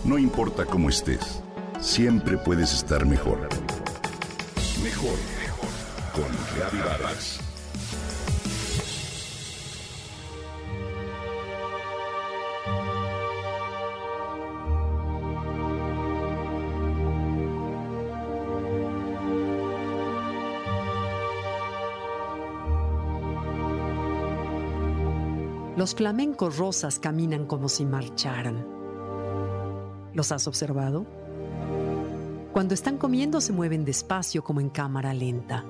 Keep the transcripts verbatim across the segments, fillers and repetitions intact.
No importa cómo estés, siempre puedes estar mejor. Mejor, mejor. Con Gaby Vargas. Los flamencos rosas caminan como si marcharan. ¿Los has observado? Cuando están comiendo se mueven despacio como en cámara lenta.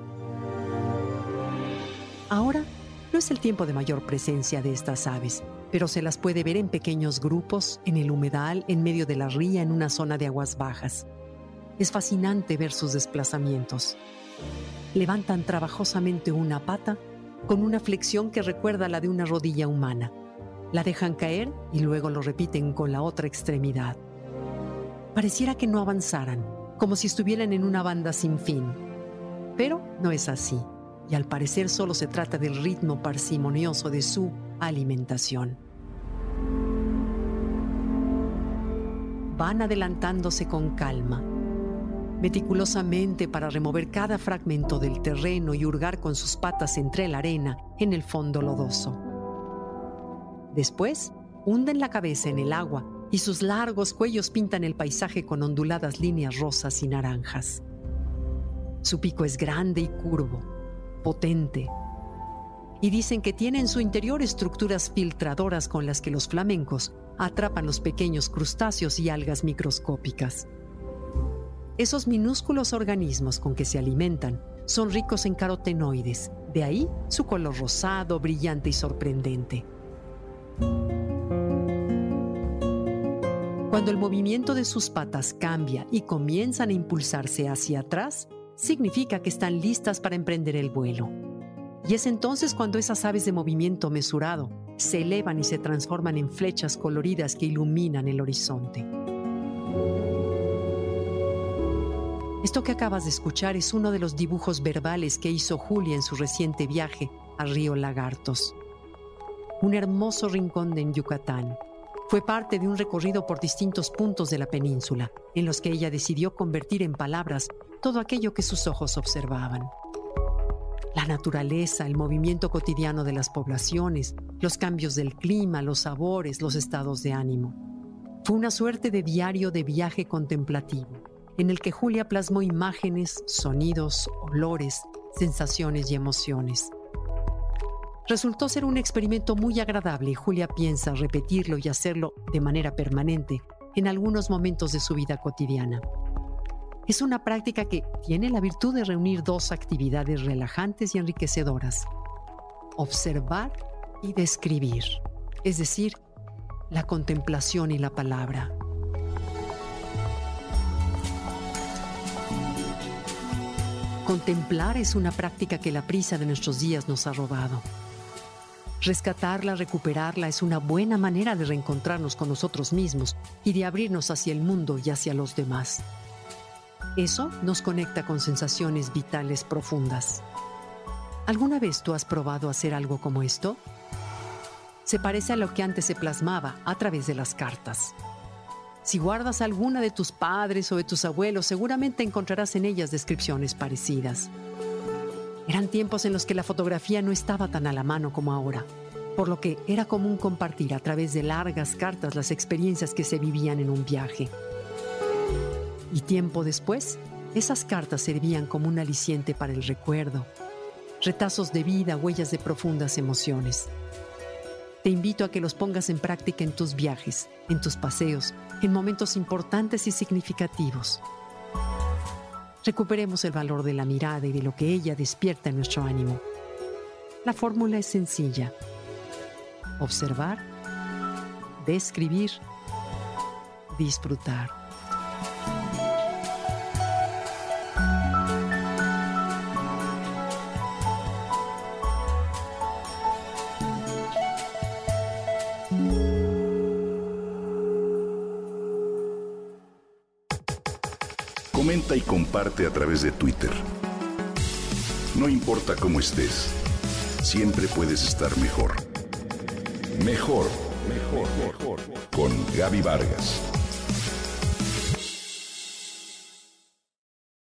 Ahora no es el tiempo de mayor presencia de estas aves, pero se las puede ver en pequeños grupos, en el humedal, en medio de la ría, en una zona de aguas bajas. Es fascinante ver sus desplazamientos. Levantan trabajosamente una pata con una flexión que recuerda la de una rodilla humana. La dejan caer y luego lo repiten con la otra extremidad. Pareciera que no avanzaran, como si estuvieran en una banda sin fin. Pero no es así, y al parecer solo se trata del ritmo parsimonioso de su alimentación. Van adelantándose con calma, meticulosamente para remover cada fragmento del terreno y hurgar con sus patas entre la arena en el fondo lodoso. Después, hunden la cabeza en el agua y sus largos cuellos pintan el paisaje con onduladas líneas rosas y naranjas. Su pico es grande y curvo, potente, y dicen que tiene en su interior estructuras filtradoras con las que los flamencos atrapan los pequeños crustáceos y algas microscópicas. Esos minúsculos organismos con que se alimentan son ricos en carotenoides, de ahí su color rosado, brillante y sorprendente. Cuando el movimiento de sus patas cambia y comienzan a impulsarse hacia atrás, significa que están listas para emprender el vuelo. Y es entonces cuando esas aves de movimiento mesurado se elevan y se transforman en flechas coloridas que iluminan el horizonte. Esto que acabas de escuchar es uno de los dibujos verbales que hizo Julia en su reciente viaje a Río Lagartos, un hermoso rincón de Yucatán. Fue parte de un recorrido por distintos puntos de la península, en los que ella decidió convertir en palabras todo aquello que sus ojos observaban. La naturaleza, el movimiento cotidiano de las poblaciones, los cambios del clima, los sabores, los estados de ánimo. Fue una suerte de diario de viaje contemplativo, en el que Julia plasmó imágenes, sonidos, olores, sensaciones y emociones. Resultó ser un experimento muy agradable y Julia piensa repetirlo y hacerlo de manera permanente en algunos momentos de su vida cotidiana. Es una práctica que tiene la virtud de reunir dos actividades relajantes y enriquecedoras: observar y describir, es decir, la contemplación y la palabra. Contemplar es una práctica que la prisa de nuestros días nos ha robado. Rescatarla, recuperarla es una buena manera de reencontrarnos con nosotros mismos y de abrirnos hacia el mundo y hacia los demás. Eso nos conecta con sensaciones vitales profundas. ¿Alguna vez tú has probado hacer algo como esto? Se parece a lo que antes se plasmaba a través de las cartas. Si guardas alguna de tus padres o de tus abuelos, seguramente encontrarás en ellas descripciones parecidas. Eran tiempos en los que la fotografía no estaba tan a la mano como ahora, por lo que era común compartir a través de largas cartas las experiencias que se vivían en un viaje. Y tiempo después, esas cartas servían como un aliciente para el recuerdo, retazos de vida, huellas de profundas emociones. Te invito a que los pongas en práctica en tus viajes, en tus paseos, en momentos importantes y significativos. Recuperemos el valor de la mirada y de lo que ella despierta en nuestro ánimo. La fórmula es sencilla: observar, describir, disfrutar. Comenta y comparte a través de Twitter. No importa cómo estés, siempre puedes estar mejor. Mejor, mejor, mejor. Con Gaby Vargas.